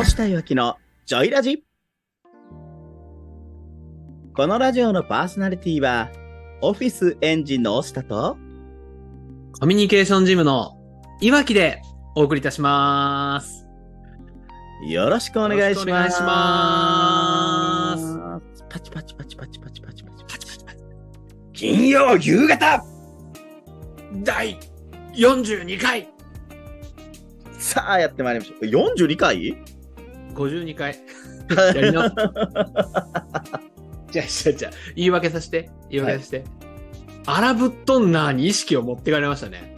押田いわきのジョイラジ。このラジオのパーソナリティはオフィスエンジンの押田とコミュニケーションジムのいわきでお送りいたします。 よろしくお願いします。 よろしくお願いしまパチパチパチパチパチパチパチパチパチパチ。金曜夕方第42回さあやってまいりましょう。42回 52回やり直す。じゃあ言い訳させて。荒ぶっとんなーに意識を持ってかれましたね。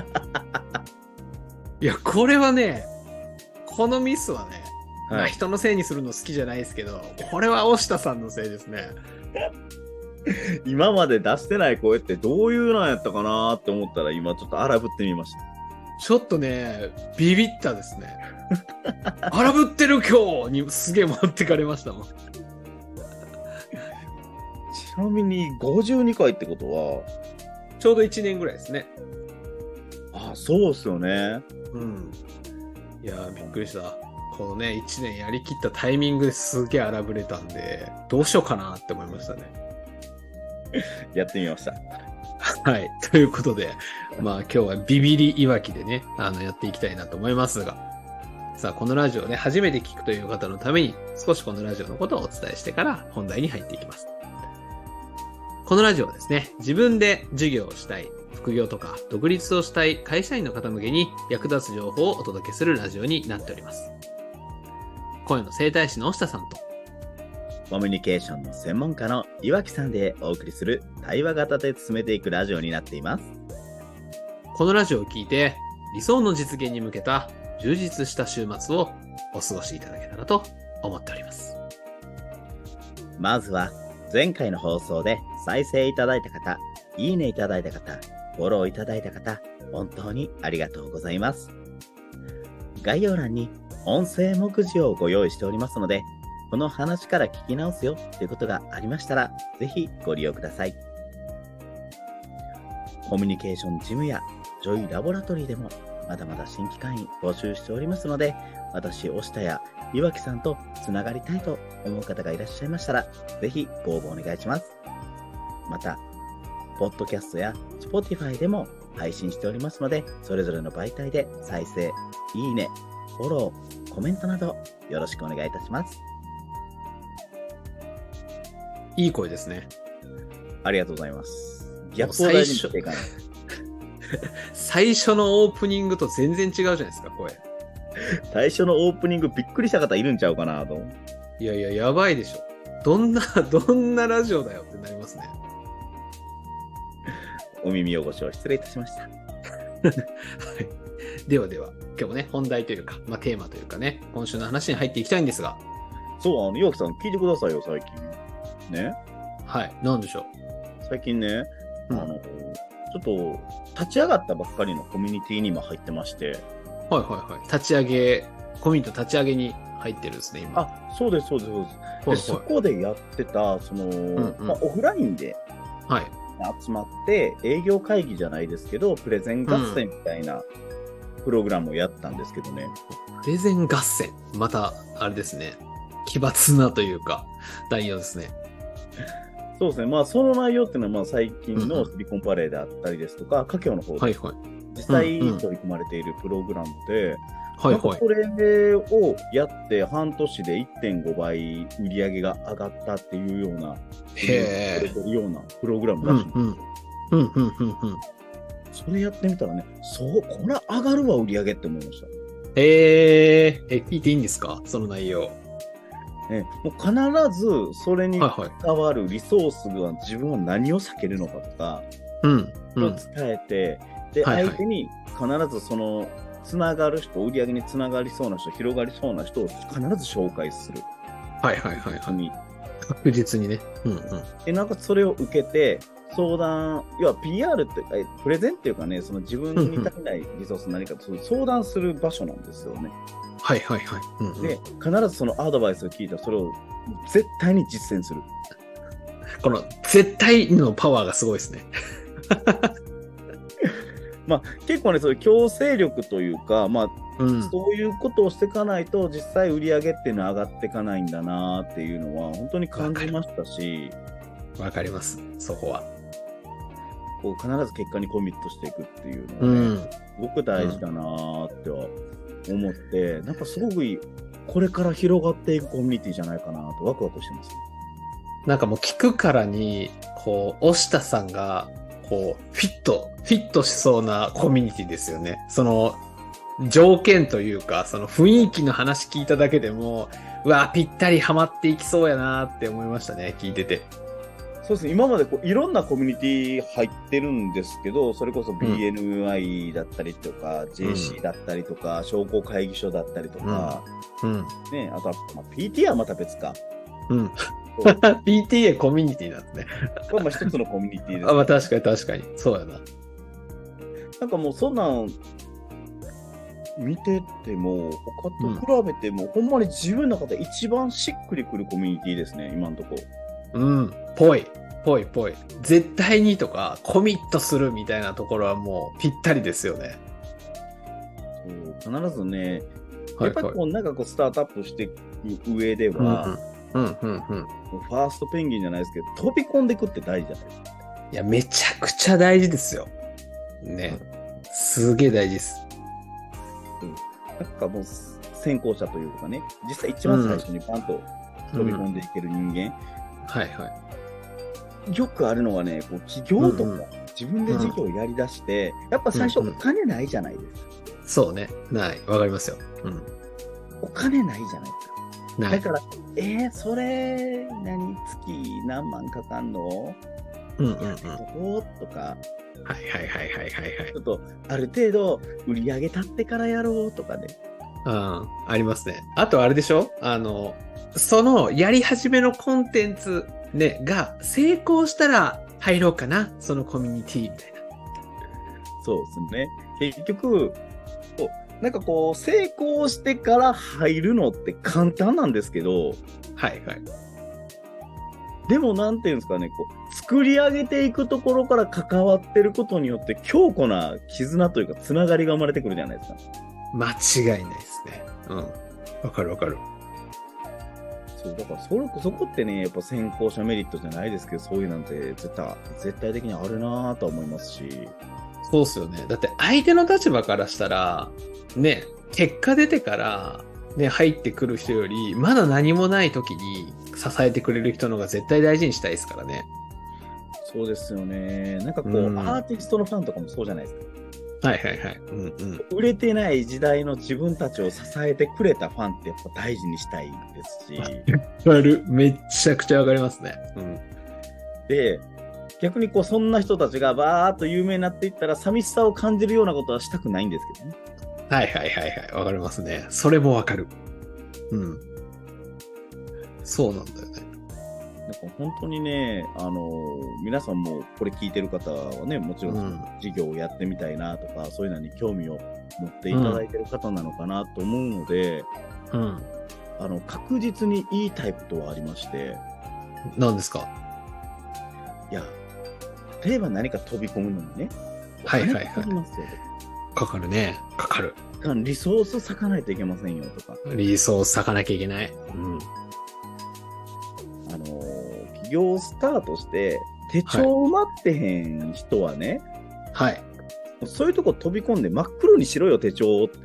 いや、これはね、このミスはね、まあ、人のせいにするの好きじゃないですけど、これは押田さんのせいですね。 今まで出してない声ってどういうのやったかなって思ったら今ちょっと荒ぶってみました。 ちょっとね、ビビったですね。荒ぶってる今日にすげえ持ってかれましたもん。 ちなみに52回ってことはちょうど1年ぐらいですね。 あ、そうっすよね。 うん。いやー、びっくりした。このね、1年やりきったタイミングですげえ荒ぶれたんで、どうしようかなって思いましたね。 やってみました。 はい。ということで、まあ今日はビビりいわきでね、やっていきたいなと思いますが、さあ、このラジオをね、初めて聞くという方のために、少しこのラジオのことをお伝えしてから本題に入っていきます。このラジオはですね、自分で授業をしたい、副業とか独立をしたい会社員の方向けに役立つ情報をお届けするラジオになっております。声の整体師の押田さんと、 コミュニケーションの専門家の岩木さんでお送りする対話型で進めていくラジオになっています。 このラジオを聞いて理想の実現に向けた充実した週末をお過ごしいただけたらと思っております。 まずは前回の放送で再生いただいた方、いいねいただいた方、フォローいただいた方、本当にありがとうございます。概要欄に音声目次をご用意しておりますので、この話から聞き直すよということがありましたら、ぜひご利用ください。コミュニケーションジムやジョイラボラトリーでもまだまだ新規会員募集しておりますので、私、押田や岩木さんとつながりたいと思う方がいらっしゃいましたら、ぜひご応募お願いします。また、ポッドキャストや Spotify でも配信しておりますので、それぞれの媒体で再生、いいね、フォロー、コメントなどよろしくお願いいたします。 いい声ですね。 ありがとうございます。ギャップを大事にしていかない。 最初のオープニングと全然違うじゃないですか、声。 最初のオープニングびっくりした方いるんちゃうかなと。 いやいや、やばいでしょ。どんなラジオだよってなりますね。 お耳汚しを失礼いたしました。はい。 では、今日もね、本題というか、まあ、テーマというかね、今週の話に入っていきたいんですが。 そう、岩木さん聞いてくださいよ、最近。ね。 はい、なんでしょう。 最近ね、ちょっと立ち上がったばっかりのコミュニティにも入ってまして。 はい。立ち上げ、コミュニティ立ち上げに入ってるんですね、今。 あ、そうです。で、そこでやってた、オフラインで集まって、営業会議じゃないですけど、プレゼン合戦みたいなプログラムをやったんですけどね。 プレゼン合戦。また、あれですね。奇抜なというか、内容ですね。 そうですね。まあ、その内容っていうのは、まあ、最近のシリコンバレーであったりですとか、華僑の方で、実際取り組まれているプログラムで、これをやって半年で 1.5 倍売り上げが上がったっていうような、プログラムらしいんです。それやってみたらね、これ上がるわ、売り上げって思いました。 聞いていいんですか、その内容。 ね、もう必ずそれに関わるリソースが自分は何を避けるのかとかを伝えて、で、相手に必ずそのつながる人、売り上げにつながりそうな人、広がりそうな人を必ず紹介する。 確実にね。 で、なんかそれを受けて相談、要は PR ってプレゼンっていうかね、その自分に足りないリソース何かと相談する場所なんですよね。で、必ずそのアドバイスを聞いたらそれを絶対に実践する。 この絶対のパワーがすごいですね。 まあ結構ね、そういう強制力というか、まあ、 うん。 そういうことをしていかないと、実際売り上げっていうのは上がっていかないんだなっていうのは、本当に感じましたし、 わかります。そこは。 こう必ず結果にコミットしていくっていうのうはね、 ん。 すごく大事だなっては思って、なんかすごくこれから広がっていくコミュニティじゃないかなとワクワクしてます。 なんかもう聞くからに、こう、押田さんが、こう、フィットしそうなコミュニティですよね。その、条件というか、その雰囲気の話聞いただけでも、うわ、ぴったりハマっていきそうやなって思いましたね、聞いてて。 そうですね、今までこういろんなコミュニティ入ってるんですけど、それこそ BNI だったりとか、JC だったりとか、商工会議所だったりとか、 うん。 ね、あとは、まあ、PTA はまた別か。 うん。 そう PTA コミュニティなんですね。 これも一つのコミュニティです。 あ、まあ確かに確かに。そうやな。 なんかもうそんなん見てても、他と比べても、ほんまに自分の中で一番しっくりくるコミュニティですね、今のところ。 うん。ぽい。絶対にとか、コミットするみたいなところはもうぴったりですよね。 そう必ずね、 はいはい。 やっぱりこうなんかこうスタートアップしていく上でうんは、 うん。うん。 もうファーストペンギンじゃないですけど、飛び込んでいくって大事じゃないですか。 いや、めちゃくちゃ大事ですよ。ね。すげえ大事です。 なんかもう先行者というかね、実際一番最初にパンと飛び込んでいける人間、 はいはい。 よくあるのはね、こう起業とか、 うんうん自分で事業をやりだして、やっぱ最初お金ないじゃないですか。 そうね。ない。わかりますよ。うん。 お金ないじゃないですか。 ない。 だから、それ、月何万かかんのうんうんうん。 どうとか、 はい。 ちょっとある程度売り上げ立ってからやろうとかね。 うん。ありますね。あとあれでしょそのやり始めのコンテンツね、が成功したら入ろうかな。そのコミュニティみたいな。 そうですね。結局、なんかこう、成功してから入るのって簡単なんですけど、 はいはい。 でもなんていうんですかね、こう、作り上げていくところから関わってることによって強固な絆というか、つながりが生まれてくるじゃないですか。 間違いないですね。うん。わかる。 そうだからそこってね、やっぱ先行者メリットじゃないですけど、そういうなんて絶対的にあるなぁとは思いますし。 そうっすよね。だって相手の立場からしたら、ね、結果出てから、ね、入ってくる人より、まだ何もない時に支えてくれる人の方が絶対大事にしたいですからね。 そうですよね。なんかこう、 うんアーティストのファンとかもそうじゃないですか。 はい。うんうん。 売れてない時代の自分たちを支えてくれたファンってやっぱ大事にしたいですし。 めっちゃくちゃわかりますね。うん。 で、逆にこう、そんな人たちがバーっと有名になっていったら、寂しさを感じるようなことはしたくないんですけどね。 はい。わかりますね。それもわかる。うん。そうなんだよね。 なんか本当にね、皆さんもこれ聞いてる方はね、もちろん事業をやってみたいなとか、そういうのに興味を持っていただいてる方なのかなと思うので、 うん。 確実に言いたいことはありまして、 何ですか？ いや、例えば何か飛び込むのにね、 はい。 お金かかりますよかかるね。かかる。 とか、リソース割かないといけませんよとか、 リソース割かなきゃいけない。うん。 起業スタートして手帳埋まってへん人はね、 はい。 そういうとこ飛び込んで真っ黒にしろよ手帳って。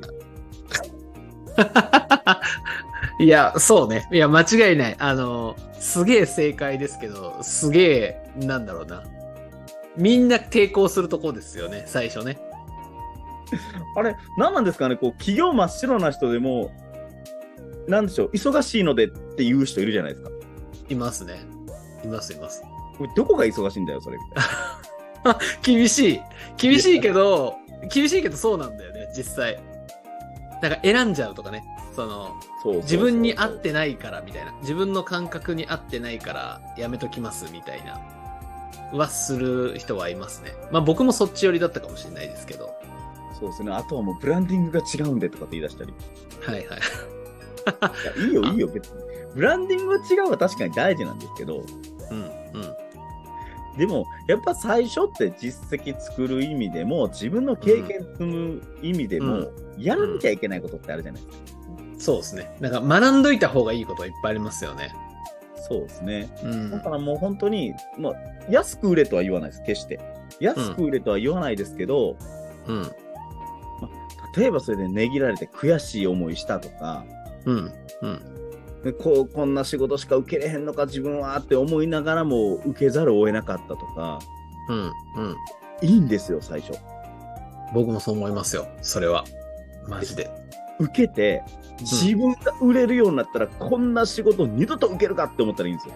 いや、そうね。いや、間違いない。すげえ正解ですけど、すげえ、なんだろうな。みんな抵抗するとこですよね、最初ね。 あれ、何なんですかね、こう、企業真っ白な人でも、なんでしょう、忙しいのでっていう人いるじゃないですか。 いますね。います。 これどこが忙しいんだよ、それ。みたいな。 厳しいけどそうなんだよね、実際。なんか選んじゃうとかね。 そう自分に合ってないからみたいな。自分の感覚に合ってないからやめときますみたいな。はする人はいますね。まあ僕もそっち寄りだったかもしれないですけど。 そうですね。あとはもうブランディングが違うんでとかって言い出したり。 はい。 いやいいよ、別に。ブランディングが違うは確かに大事なんですけど、 うん。 でも、やっぱ最初って実績作る意味でも、自分の経験積む意味でも、やらなきゃいけないことってあるじゃないですか。 そうですね。なんか学んどいた方がいいことはいっぱいありますよね。 そうですね。だうからもう本当に、まあ、安く売れとは言わないです、決して。安く売れとは言わないですけど、 ん。 まあ、例えばそれで値切られて悔しい思いしたとか、 うん。うん。 でこんな仕事しか受けれへんのか自分はって思いながらも受けざるを得なかったとか、 うん。うん。 いいんですよ、最初。 僕もそう思いますよ。それは。マジで。 受けて、自分が売れるようになったら、こんな仕事二度と受けるかって思ったらいいんですよ。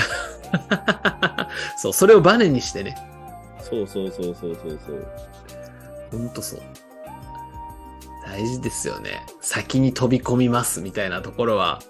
そう、それをバネにしてね。 そう。 ほんとそう。大事ですよね。先に飛び込みますみたいなところは。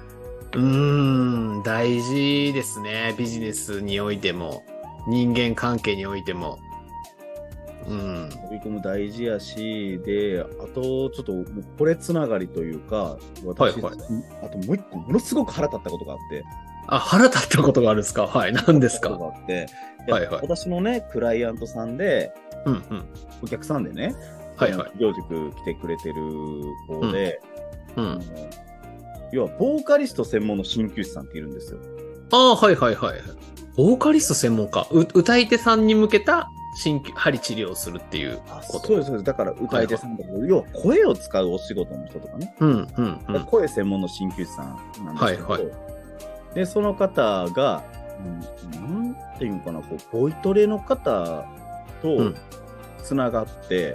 大事ですね。ビジネスにおいても、人間関係においても。 飛び込む大事やし、で、あと、ちょっと、これつながりというか、私、あともう一個、ものすごく腹立ったことがあって。 あ、腹立ったことがあるんですか？はい、何ですか？ があって、私のね、クライアントさんで、お客さんでね、行塾来てくれてる子で、要は、ボーカリスト専門の鍼灸師さんっているんですよ。 ボーカリスト専門家。歌い手さんに向けた針治療をするっていうこと。 そうです。だから歌い手さんとか、要は声を使うお仕事の人とかね。声専門の鍼灸師さんなんですけど、で、その方が、なんていうのかな、こう、ボイトレの方とつながって、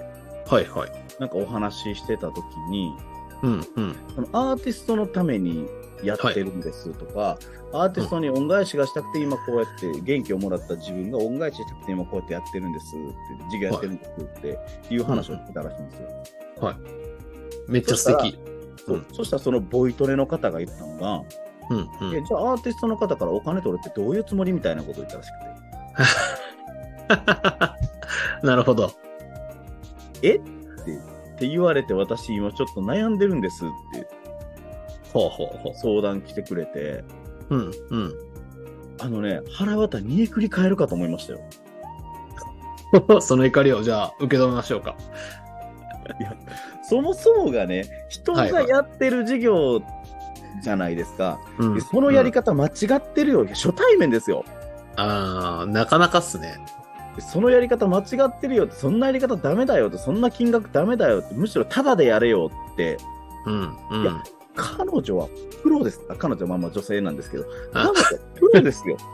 なんかお話ししてた時に、そのアーティストのためにやってるんですとか、アーティストに恩返しがしたくて今こうやって元気をもらった自分が恩返ししたくて今こうやってやってるんですって授業やってるんですっていう話を聞いたらしいんですよ。 めっちゃ素敵。 そしたらそのボイトレの方が言ったのが、じゃあアーティストの方からお金取るってどういうつもりみたいなことを言ったらしくて。なるほど。 って言われて私今ちょっと悩んでるんですって相談来てくれて、腹渡煮えくり返るかと思いましたよ。その怒りをじゃあ受け止めましょうか。 いや、そもそもがね、人がやってる事業じゃないですか。そのやり方間違ってるよ。初対面ですよ。 なかなかっすね。 そのやり方間違ってるよって、そんなやり方ダメだよって、そんな金額ダメだよって、むしろタダでやれよって。いや、彼女はプロです。彼女はまあ女性なんですけど、彼女はプロですよ。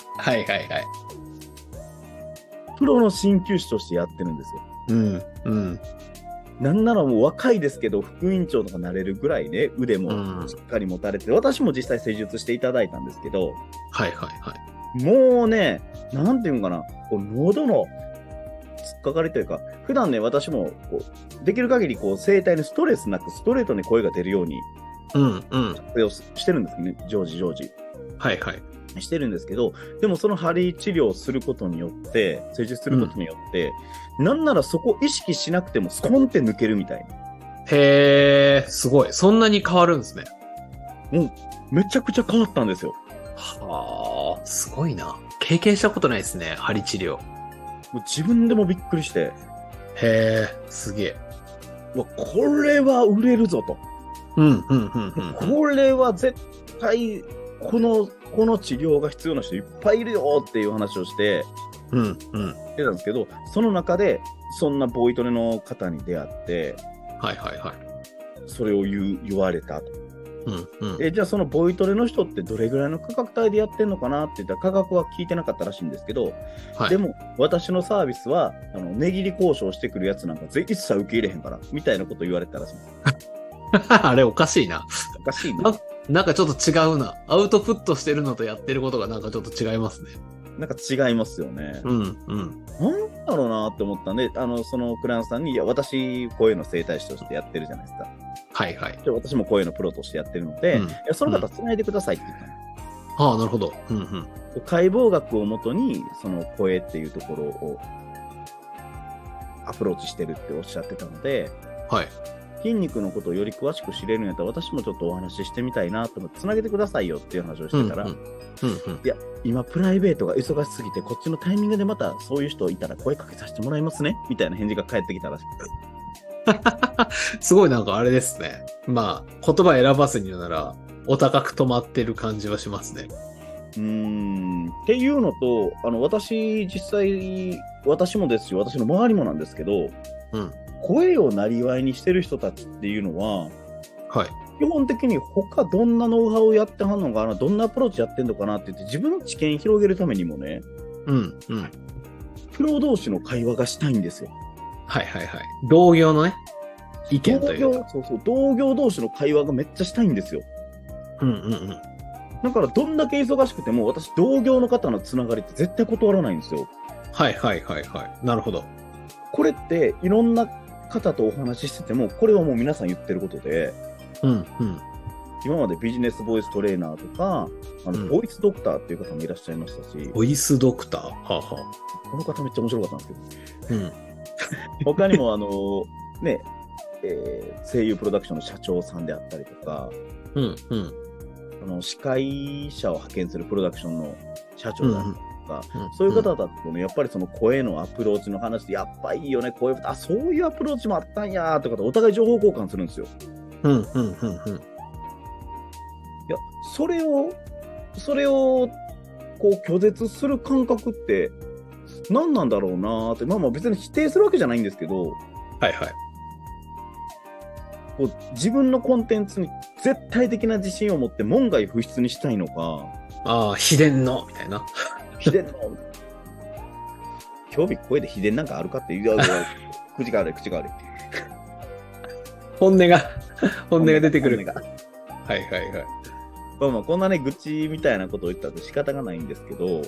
プロの鍼灸師としてやってるんですよ。なんならもう若いですけど、副院長とかなれるぐらいね、腕もしっかり持たれて、私も実際施術していただいたんですけど、もうね、なんていうのかな、こう喉の突っかかりというか、普段ね、私もこうできる限りこう声帯にストレスなくストレートに声が出るように、してるんですね、常時。してるんですけど、でもその針治療をすることによって、施術することによって、なんならそこ意識しなくてもスコンって抜けるみたいな。 へー、すごい。そんなに変わるんですね。 めちゃくちゃ変わったんですよ。 はあ、すごいな。経験したことないですね、針治療。 もう自分でもびっくりして。 へー、すげえ。 これは売れるぞと。これは絶対、この治療が必要な人いっぱいいるよっていう話をして、出たんですけど、その中で、そんなボイトレの方に出会って、それを言われたと。じゃあそのボイトレの人ってどれぐらいの価格帯でやってんのかなって言ったら価格は聞いてなかったらしいんですけど、でも私のサービスは値切り交渉してくるやつなんか一切受け入れへんからみたいなこと言われたらしいんです。 あれおかしいな。 おかしいな。 なんかちょっと違うな。アウトプットしてるのとやってることがなんかちょっと違いますね。 なんか違いますよね。なんだろうなって思ったんで、そのクライアントさんに、いや、私、声の整体師としてやってるじゃないですか。で私も声のプロとしてやってるので、いやその方繋いでくださいって言ったの。 なるほど。 解剖学をもとに、その声っていうところをアプローチしてるっておっしゃってたので、 筋肉のことをより詳しく知れるんやったら、私もちょっとお話ししてみたいなと思って、つなげてくださいよっていう話をしてたら、いや、今プライベートが忙しすぎて、こっちのタイミングでまたそういう人いたら声かけさせてもらいますね、みたいな返事が返ってきたらしくて。 すごいなんかあれですね。まあ、言葉選ばずに言うなら、お高く止まってる感じはしますね。 っていうのと、私、実際、私もですし、私の周りもなんですけど、声をなりわいにしてる人たちっていうのは、 はい。 基本的に他どんなノウハウをやってはんのかな、どんなアプローチやってんのかなって言って、自分の知見広げるためにもね、プロ同士の会話がしたいんですよ。 はいはいはい。同業のね、意見というか。 同業同士の会話がめっちゃしたいんですよ。だからどんだけ忙しくても、私同業の方のつながりって絶対断らないんですよ。 はいはいはいはい。なるほど。 これっていろんな方とお話ししてても、これはもう皆さん言ってることで、今までビジネスボイストレーナーとか、ボイスドクターっていう方もいらっしゃいましたし、 ボイスドクター、 この方めっちゃ面白かったんですけど、他にも声優プロダクションの社長さんであったりとか、司会者を派遣するプロダクションの社長だったりとか、そういう方だとね、やっぱりその声のアプローチの話で、やっぱいいよね、そういうアプローチもあったんやーってことで、お互い情報交換するんですよ。いや、それをこう拒絶する感覚って何なんだろうなーって、まあ別に否定するわけじゃないんですけど、こう自分のコンテンツに絶対的な自信を持って門外不出にしたいのか、 秘伝のみたいな。 秘伝の興味声で秘伝なんかあるかっていう、口が悪い。 本音が出てくる。はいはいはい。 まあこんなね、愚痴みたいなことを言ったら仕方がないんですけど、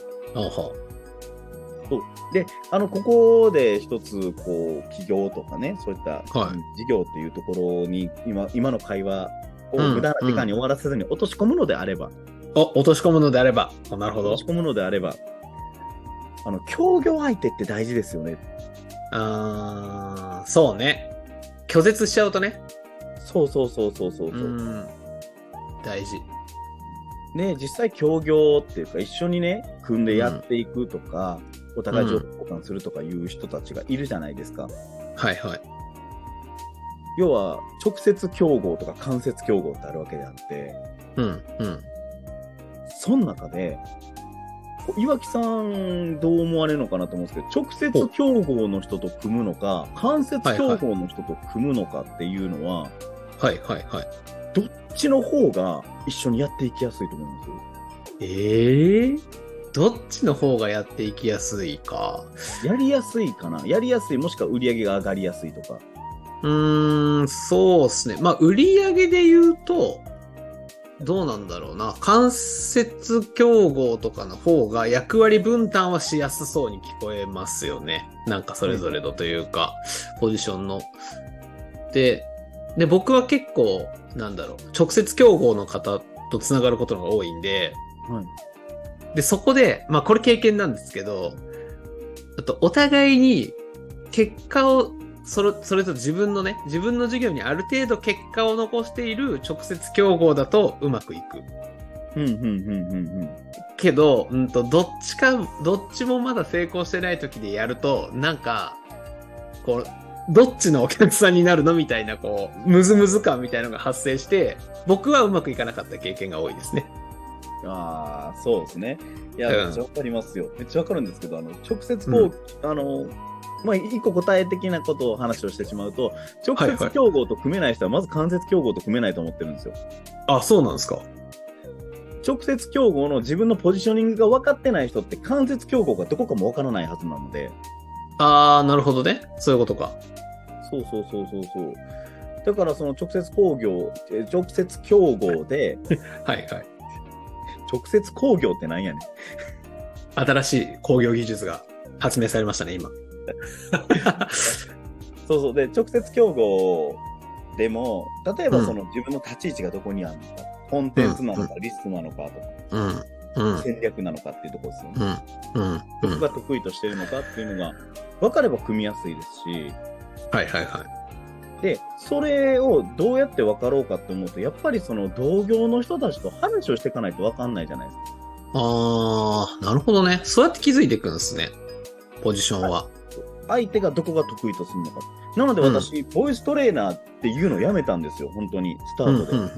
で、ここで一つ、こう、企業とかね、そういった事業っていうところに、今の会話を無駄な時間に終わらせずに落とし込むのであれば。 落とし込むのであれば。なるほど。 落とし込むのであれば、協業相手って大事ですよね。 そうね。拒絶しちゃうとね。 そう。 大事。 ね、実際協業っていうか、一緒にね、組んでやっていくとか、お互い情報交換するとかいう人たちがいるじゃないですか。 はいはい。 要は、直接競合とか間接競合ってあるわけであって、その中で、岩木さんどう思われるのかなと思うんですけど、直接競合の人と組むのか、間接競合の人と組むのかっていうのは、どっちの方が一緒にやっていきやすいと思います？ どっちの方がやっていきやすいか。 やりやすいかな。やりやすい、もしくは売り上げが上がりやすいとか。 そうですね。まあ、売り上げで言うと、どうなんだろうな。間接競合とかの方が役割分担はしやすそうに聞こえますよね。なんかそれぞれのというか、ポジションの。で、僕は結構、直接競合の方とつながることが多いんで、で、そこで、まあこれ経験なんですけど、あとお互いに結果を、それと自分の事業にある程度結果を残している直接競合だとうまくいく。けど、どっちもまだ成功してない時でやると、なんか、こう、どっちのお客さんになるのみたいな、こう、ムズムズ感みたいなのが発生して、僕はうまくいかなかった経験が多いですね。 そうですね。いや、めっちゃわかりますよ。めっちゃわかるんですけど、直接こう、まあ、一個答え的なことを話をしてしまうと、直接競合と組めない人は、まず間接競合と組めないと思ってるんですよ。 そうなんですか。 直接競合の自分のポジショニングが分かってない人って、間接競合がどこかも分からないはずなので。 なるほどね。そういうことか。 そう。だから、その直接競合で、直接工業ってなんやねん。 新しい工業技術が発明されましたね、今。 そう。で、直接競合でも、例えばその自分の立ち位置がどこにあるのか、コンテンツなのか、リスクなのかとか、戦略なのかっていうところですよね。どこが得意としてるのかっていうのが分かれば組みやすいですし、 で、それをどうやって分かろうかって思うと、やっぱりその同業の人たちと話をしていかないと分かんないじゃないですか。 あー、なるほどね。そうやって気づいていくんですね。ポジションは。 相手がどこが得意とするのか。なので私、ボイストレーナーっていうのをやめたんですよ、本当に、スタートで。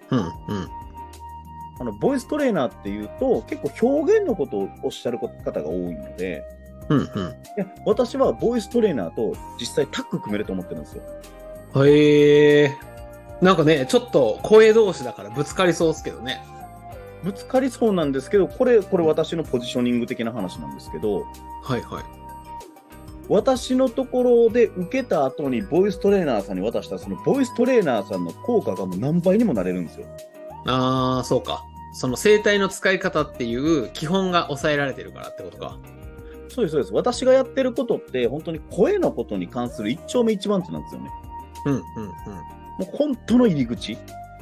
ボイストレーナーっていうと、結構表現のことをおっしゃる方が多いので、いや私はボイストレーナーと実際タッグ組めると思ってるんですよ。 へえ。なんかね、ちょっと声同士だからぶつかりそうですけどね。 ぶつかりそうなんですけど、これ私のポジショニング的な話なんですけど、 はいはい。 私のところで受けた後にボイストレーナーさんに渡したそのボイストレーナーさんの効果がもう何倍にもなれるんですよ。 ああ、そうか。その声帯の使い方っていう基本が抑えられてるからってことか。 そうです、そうです。私がやってることって本当に声のことに関する一丁目一番手なんですよね。もう本当の入り口。い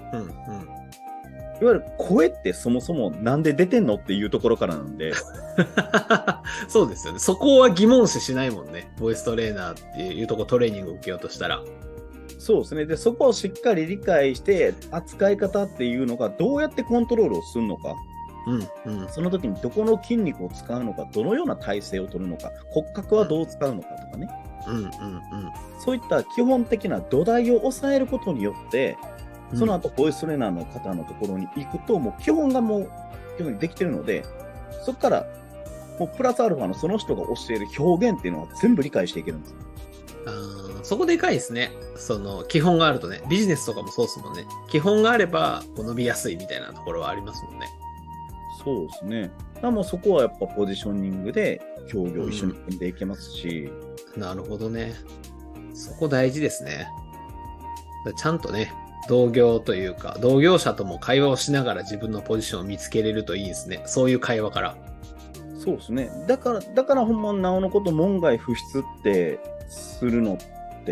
わゆる声ってそもそもなんで出てんのっていうところからなんで。 そうですよね。そこは疑問視しないもんね。ボイストレーナーっていうとこトレーニングを受けようとしたら。 そうですね。で、そこをしっかり理解して、扱い方っていうのがどうやってコントロールをするのか。その時にどこの筋肉を使うのか、どのような体勢を取るのか、骨格はどう使うのかとかね。そういった基本的な土台を抑えることによって、その後、ボイストレーナーの方のところに行くと、もう基本がもう基本にできてるので、そこからもうプラスアルファのその人が教える表現っていうのは全部理解していけるんです。 そこでかいですね。その基本があるとね、ビジネスとかもそうですもんね。基本があれば伸びやすいみたいなところはありますもんね。 そうですね。だからもうそこはやっぱポジショニングで協業一緒に組んでいけますし。 なるほどね。そこ大事ですね。ちゃんとね、同業というか、同業者とも会話をしながら自分のポジションを見つけれるといいですね。そういう会話から。 そうですね。だからほんまなおのこと門外不出ってするのって、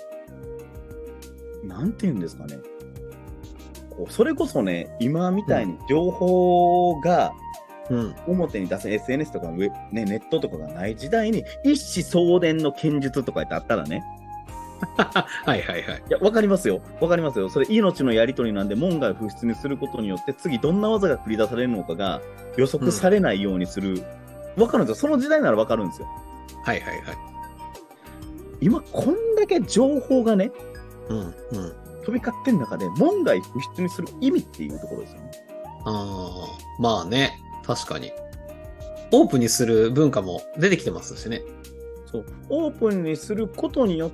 なんて言うんですかね。それこそね、今みたいに情報が表に出せ、SNS とか、ネットとかがない時代に、一子相伝の剣術とかってあったらね。 はいはいはい。 いや、わかりますよ。わかりますよ。それ命のやり取りなんで、門外不出にすることによって、次どんな技が繰り出されるのかが予測されないようにする。わかるんですよ。その時代ならわかるんですよ。 はいはいはい。 今、こんだけ情報がね、飛び交ってん中で、門外不出にする意味っていうところですよね。 まあね、確かに。オープンにする文化も出てきてますしね。 そう、オープンにすることによって、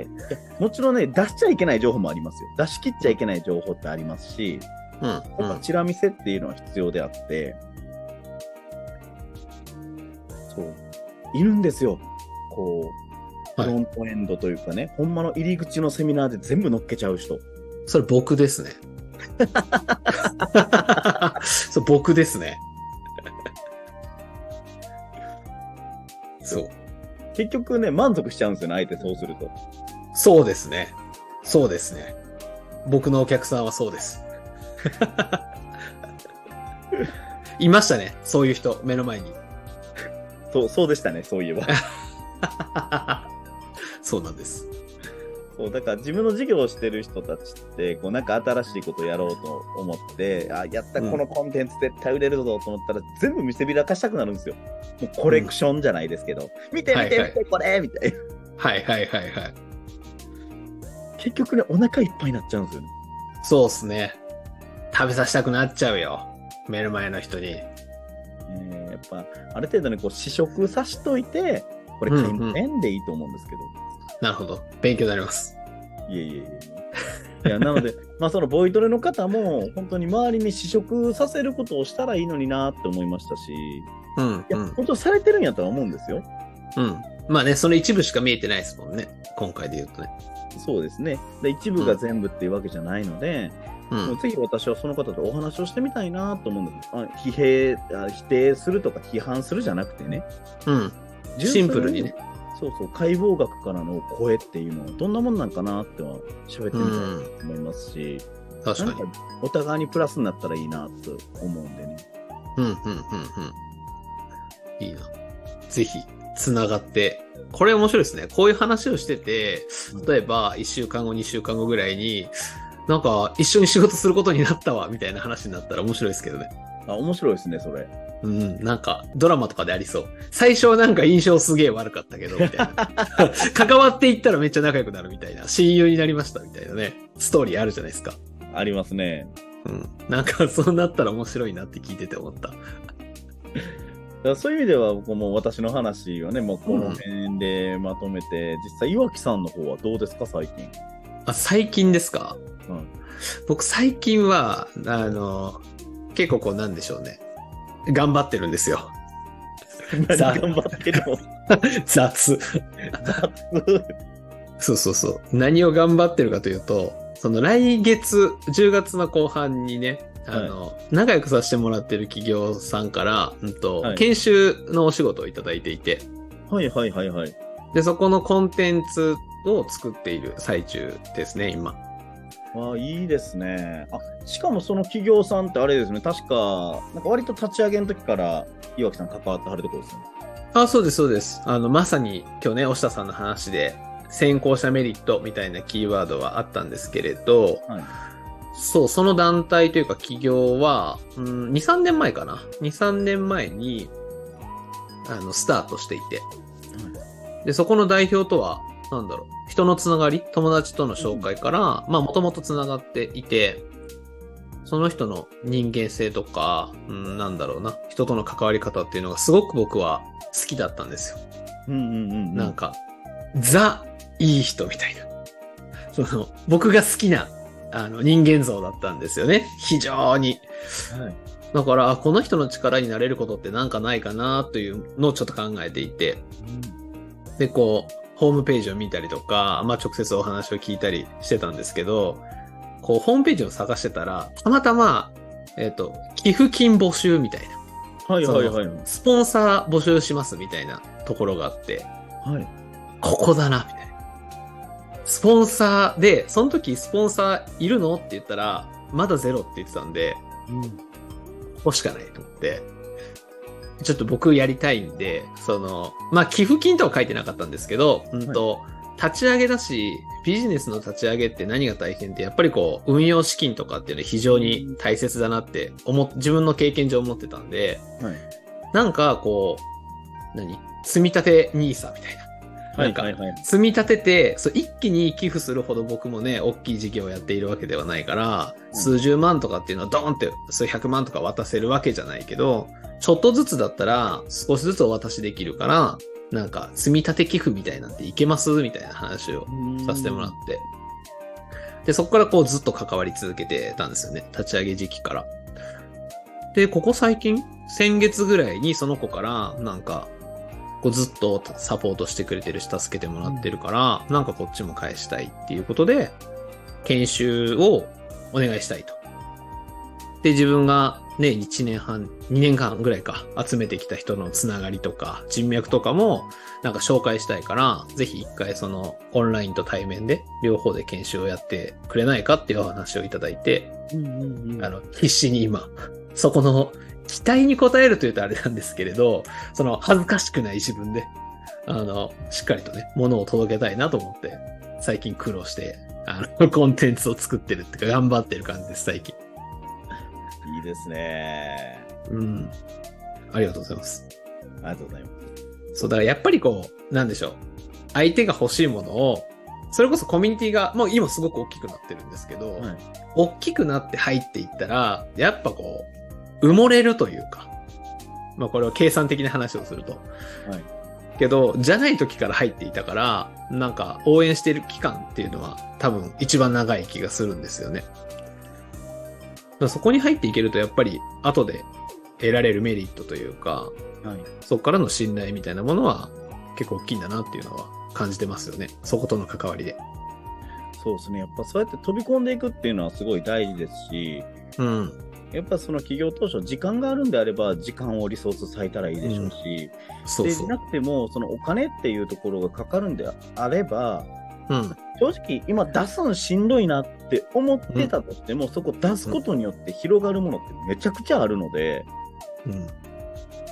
もちろんね、出しちゃいけない情報もありますよ。出し切っちゃいけない情報ってありますし、チラ見せっていうのは必要であって、そう、いるんですよ。フロントエンドというかね、ほんまの入り口のセミナーで全部乗っけちゃう人。 それ僕ですね。そう、僕ですね。そう。 結局ね、満足しちゃうんですよね、あえてそうすると。 そうですね。そうですね。僕のお客さんはそうです。いましたね、そういう人、目の前に。 そうでしたね、そういえば。 そうなんです。 そうだから自分の事業をしてる人たちってなんか新しいことをやろうと思ってやったこのコンテンツ絶対売れるぞと思ったら、全部見せびらかしたくなるんですよ。もうコレクションじゃないですけど、見てこれみたいな。 はい。 結局ね、お腹いっぱいになっちゃうんですよね。 そうっすね。食べさせたくなっちゃうよ、目の前の人に。 やっぱある程度ね試食さしといて、これ買いませんでいいと思うんですけど。 なるほど。勉強になります。 いや、なので、そのボイトレの方も、本当に周りに試食させることをしたらいいのになって思いましたし、いや、本当されてるんやとは思うんですよ。 まあね、その一部しか見えてないですもんね。今回で言うとね。 そうですね。で、一部が全部っていうわけじゃないので、ぜひ私はその方とお話をしてみたいなと思うんです。否定するとか批判するじゃなくてね。 シンプルにね。 そう、解剖学からの声っていうのはどんなもんなんかなっては喋ってみたいと思いますし、 確かに。 お互いにプラスになったらいいなと思うんでね。 いいな。ぜひ、 つながって、これ面白いですね。こういう話をしてて、例えば1週間後、2週間後ぐらいに、なんか一緒に仕事することになったわ、みたいな話になったら面白いですけどね。 あ、面白いですね、それ。 うん、なんかドラマとかでありそう。最初はなんか印象すげえ悪かったけど、みたいな。関わっていったらめっちゃ仲良くなるみたいな。親友になりましたみたいなね。ストーリーあるじゃないですか。 ありますね。 うん。なんかそうなったら面白いなって聞いてて思った。 だからそういう意味では、僕も私の話はね、もうこの辺でまとめて、実際岩木さんの方はどうですか、最近。 あ、最近ですか？ うん、 僕最近は、結構こうなんでしょうね。頑張ってるんですよ。 何頑張ってるの？ 雑。そうそうそう。何を頑張ってるかというと、その来月、10月の後半にね、仲良くさせてもらってる企業さんから、 はい、 研修のお仕事をいただいていて。 はいはいはいはい。 で、そこのコンテンツを作っている最中ですね、今。 あ、いいですね。あ、しかもその企業さんってあれですね、確か、なんか割と立ち上げの時から岩木さん関わってはるところですね。 あ、そうです、そうです。まさに今日ね、押田さんの話で、先行者メリットみたいなキーワードはあったんですけれど、 はい、 そう、その団体というか企業は、2、3年前かな。2、3年前に、スタートしていて。で、そこの代表とは、なんだろう、人のつながり、友達との紹介から、まあ、もともとつながっていて、その人の人間性とか、なんだろうな、人との関わり方っていうのがすごく僕は好きだったんですよ。なんか、ザ、いい人みたいな。僕が好きな、人間像だったんですよね。非常に。はい、だから、この人の力になれることってなんかないかなというのをちょっと考えていて。で、こう、ホームページを見たりとか、まあ、直接お話を聞いたりしてたんですけど、こう、ホームページを探してたら、たまたま、寄付金募集みたいな。はいはいはい。スポンサー募集しますみたいなところがあって、はい。ここだな、みたいな。スポンサーで、その時スポンサーいるのって言ったら、まだゼロって言ってたんで、ここしかないと思って、ちょっと僕やりたいんで、まあ、寄付金とは書いてなかったんですけど、立ち上げだし、ビジネスの立ち上げって何が大変って、やっぱりこう、運用資金とかっていうのは非常に大切だなって自分の経験上思ってたんで、はい、なんかこう、積み立て NISA みたいな。なんか、積み立てて、一気に寄付するほど僕もね、大きい事業をやっているわけではないから、数十万とかっていうのはドーンって数百万とか渡せるわけじゃないけど、ちょっとずつだったら少しずつお渡しできるから、なんか積み立て寄付みたいなんていけますみたいな話をさせてもらって。で、そこからこうずっと関わり続けてたんですよね。立ち上げ時期から。で、ここ最近、先月ぐらいにその子からなんか、こうずっとサポートしてくれてるし、助けてもらってるから、なんかこっちも返したいっていうことで、研修をお願いしたいと。で、自分がね、1年半、2年間ぐらいか、集めてきた人のつながりとか、人脈とかも、なんか紹介したいから、ぜひ一回オンラインと対面で、両方で研修をやってくれないかっていうお話をいただいて、必死に今、そこの、期待に応えるというとあれなんですけれど、恥ずかしくない自分で、しっかりとね、物を届けたいなと思って、最近苦労して、コンテンツを作ってるっていうか、頑張ってる感じです、最近。 いいですね。 ありがとうございます。 ありがとうございます。 そう、だからやっぱりこう、なんでしょう。相手が欲しいものを、それこそコミュニティが、もう今すごく大きくなってるんですけど、大きくなって入っていったら、やっぱこう、埋もれるというか、まあこれは計算的な話をすると。けど、じゃない時から入っていたから、なんか応援している期間っていうのは多分一番長い気がするんですよね。そこに入っていけるとやっぱり後で得られるメリットというか、そこからの信頼みたいなものは結構大きいんだなっていうのは感じてますよね。そことの関わりで。 そうですね。やっぱそうやって飛び込んでいくっていうのはすごい大事ですし、やっぱその企業当初時間があるんであれば時間をリソース割いたらいいでしょうし、でなくてもそのお金っていうところがかかるんであれば、正直今出すのしんどいなって思ってたとしても、そこ出すことによって広がるものってめちゃくちゃあるので、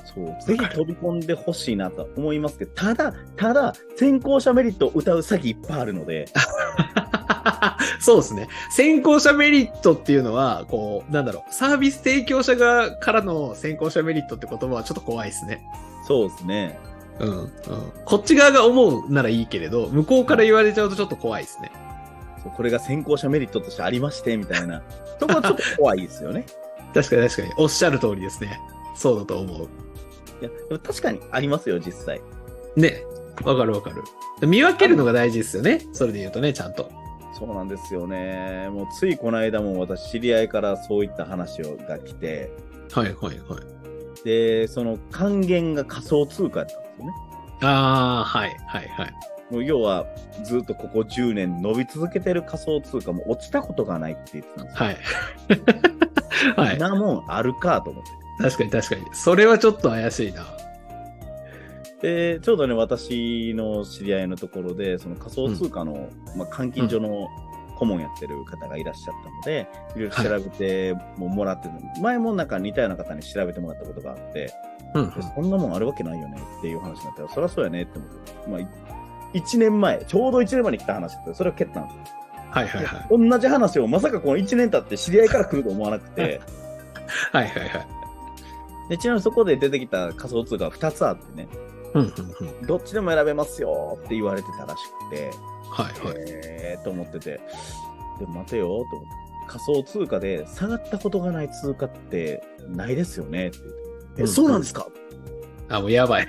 そう、ぜひ飛び込んでほしいなと思いますけど、ただ、先行者メリットを謳う詐欺いっぱいあるので。 そうですね。先行者メリットっていうのは、こう、なんだろう、サービス提供者側からの先行者メリットって言葉はちょっと怖いですね。 そうですね。 うん、うん。こっち側が思うならいいけれど、向こうから言われちゃうとちょっと怖いですね。 そうこれが先行者メリットとしてありまして、みたいな。そこはちょっと怖いですよね。 確かに。おっしゃる通りですね。そうだと思う。 いや、でも確かにありますよ、実際。 ね。わかる。見分けるのが大事ですよね。それで言うとね、ちゃんと。 そうなんですよね。もうついこの間も私知り合いからそういった話が来て。 はい。 で、その還元が仮想通貨だったんですよね。 ああ、はい。 もう要はずっとここ10年伸び続けてる仮想通貨も落ちたことがないって言ってたんですよ。はい。なもんあるかと思って。 確かに。それはちょっと怪しいな。 で、ちょうどね、私の知り合いのところで、その仮想通貨の、換金所の顧問やってる方がいらっしゃったので、いろいろ調べてもらってる、前もなんか似たような方に調べてもらったことがあって、そんなもんあるわけないよねっていう話になったら、そりゃそうやねって思って、1年前、ちょうど1年前に来た話って、それを蹴ったんですよ。はい。同じ話をまさかこの1年経って知り合いから来ると思わなくて、 はい。 で、ちなみにそこで出てきた仮想通貨が2つあってね、どっちでも選べますよって言われてたらしくて、と思ってて、でも待てよと思って、仮想通貨で下がったことがない通貨ってないですよねって言って、そうなんですか？ もうやばい。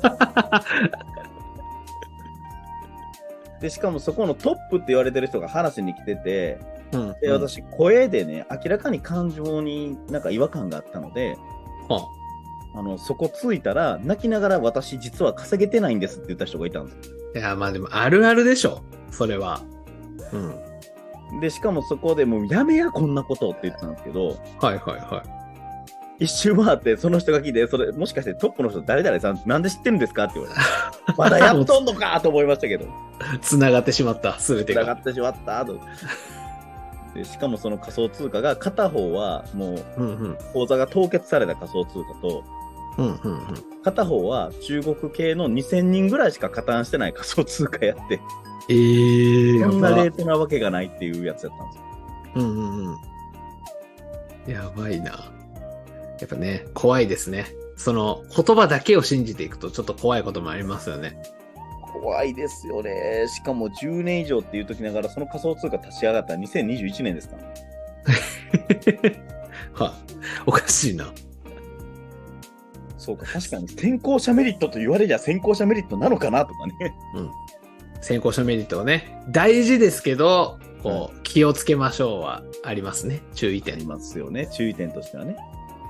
で、しかもそこのトップって言われてる人が話に来てて、で私、声でね、明らかに感情になんか違和感があったので、そこついたら、泣きながら私実は稼げてないんですって言った人がいたんです。 いや、でもあるあるでしょ、それは。 で、しかもそこでもうやめやこんなことって言ってたんですけど、一周回ってその人が聞いて、それもしかしてトップの人誰々さんなんで知ってるんですかって言われて、まだやっとんのかと思いましたけど。 繋がってしまった、すべてが。 繋がってしまったと。でしかもその仮想通貨が片方はもう口座が凍結された仮想通貨と、片方は中国系の2000人ぐらいしか加担してない仮想通貨やって、そんなレートなわけがないっていうやつやったんですよ。やばいな。やっぱね、怖いですね。その言葉だけを信じていくとちょっと怖いこともありますよね。 怖いですよね。しかも10年以上っていう時ながらその仮想通貨立ち上がった2021年ですかおかしいな。 そうか、確かに先行者メリットと言われりゃ先行者メリットなのかなとかね。 先行者メリットはね、大事ですけど、気をつけましょうはありますね。注意点。 ありますよね。注意点としてはね。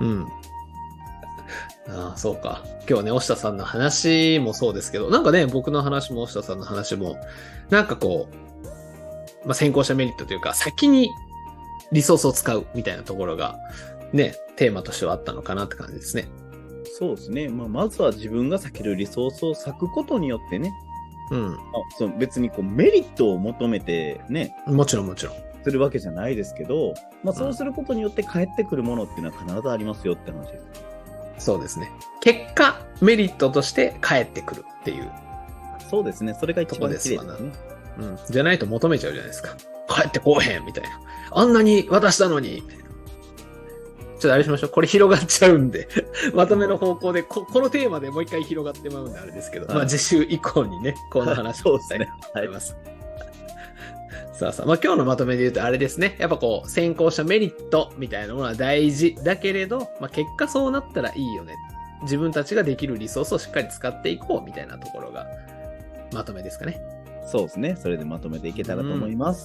そうか。今日はね、押田さんの話もそうですけど、なんかね、僕の話も押田さんの話も、なんか先行者メリットというか、先にリソースを使うみたいなところが、ね、テーマとしてはあったのかなって感じですね。 そうですね。まずは自分が避けるリソースを割くことによってね、別にメリットを求めてね、 もちろん。 するわけじゃないですけど、そうすることによって返ってくるものっていうのは必ずありますよって話です。 そうですね。結果、メリットとして返ってくるっていう。 そうですね。それが一番綺麗ですね。 じゃないと求めちゃうじゃないですか。返ってこうへんみたいな。あんなに渡したのに。ちょっとあれしましょう。これ広がっちゃうんで。まとめの方向でこのテーマでもう一回広がってまうんであれですけど。次週以降にね、この話をしたいと思います。さあ、今日のまとめで言うとあれですね。やっぱ先行者メリットみたいなものは大事だけれど、結果そうなったらいいよね。自分たちができるリソースをしっかり使っていこうみたいなところがまとめですかね。 そうですね。それでまとめていけたらと思います。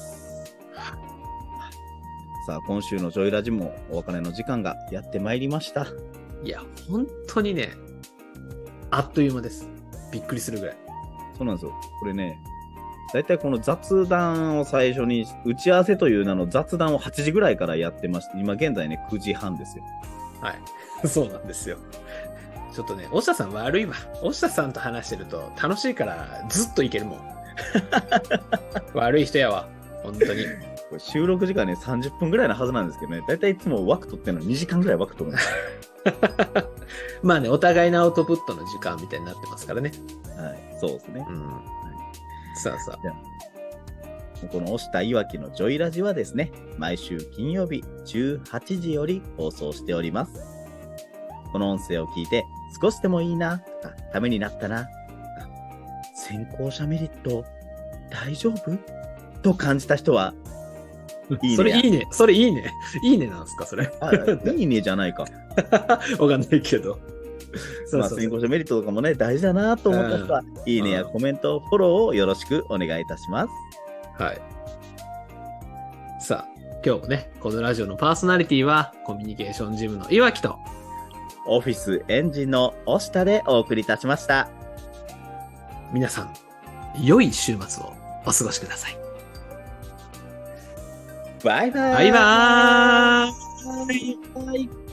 さあ、今週のジョイラジもお別れの時間がやってまいりました。 いや、本当にね、あっという間です。びっくりするぐらい。 そうなんですよ。これね、だいたいこの雑談を最初に、打ち合わせという名の雑談を8時ぐらいからやってまして、今現在ね、9時半ですよ。 はい。そうなんですよ。ちょっとね、押田さん悪いわ。押田さんと話してると楽しいからずっといけるもん。悪い人やわ。本当に。 収録時間ね、30分ぐらいのはずなんですけどね、だいたいいつも枠取ってるの2時間ぐらい枠取るんですまあね、お互いのアウトプットの時間みたいになってますからね。 はい、そうですね。 うん。さあさじゃあこの押したいわきのジョイラジはですね、毎週金曜日18時より放送しております。この音声を聞いて少しでもいいなとか、ためになったなとか、先行者メリット大丈夫と感じた人は、いいね。 それいいね。それいいね。いいねなんですか、それ。 あ、いいねじゃないか。 わかんないけど。そうそうそう、 先行者メリットとかもね、大事だなと思った人は、いいねやコメント、フォローをよろしくお願いいたします。 はい。さあ、今日もね、このラジオのパーソナリティは、コミュニケーションジムの岩木と、 オフィスエンジンの押したでお送りいたしました。 皆さん、良い週末をお過ごしください。 バイバイ。 バイバーイ。 バイバイ。